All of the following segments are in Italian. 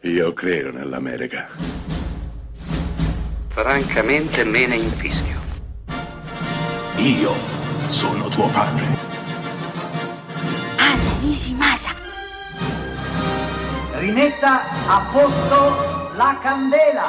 Io credo nell'America. Francamente me ne infischio. Io sono tuo padre. Anna Nishimasa. Rimetta a posto la candela.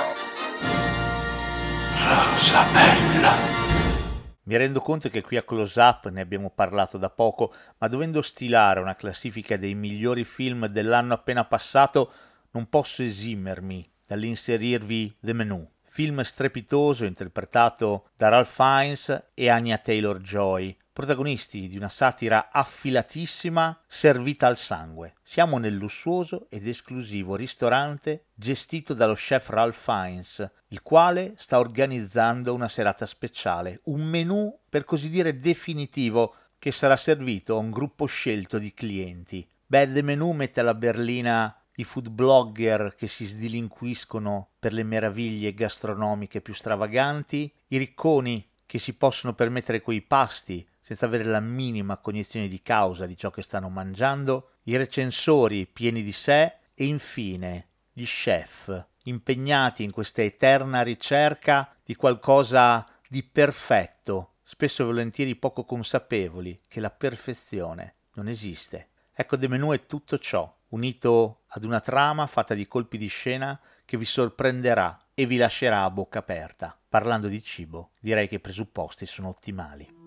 Rosa bella. Mi rendo conto che qui a Close Up ne abbiamo parlato da poco, ma dovendo stilare una classifica dei migliori film dell'anno appena passato, non posso esimermi dall'inserirvi The Menu, film strepitoso interpretato da Ralph Fiennes e Anya Taylor-Joy, protagonisti di una satira affilatissima servita al sangue. Siamo nel lussuoso ed esclusivo ristorante gestito dallo chef Ralph Fiennes, il quale sta organizzando una serata speciale, un menù per così dire definitivo che sarà servito a un gruppo scelto di clienti. The Menu mette alla berlina i food blogger che si sdilinquiscono per le meraviglie gastronomiche più stravaganti, i ricconi che si possono permettere quei pasti senza avere la minima cognizione di causa di ciò che stanno mangiando, i recensori pieni di sé e infine gli chef impegnati in questa eterna ricerca di qualcosa di perfetto, spesso e volentieri poco consapevoli che la perfezione non esiste. Ecco, The Menu è tutto ciò, unito ad una trama fatta di colpi di scena che vi sorprenderà e vi lascerà a bocca aperta. Parlando di cibo, direi che i presupposti sono ottimali.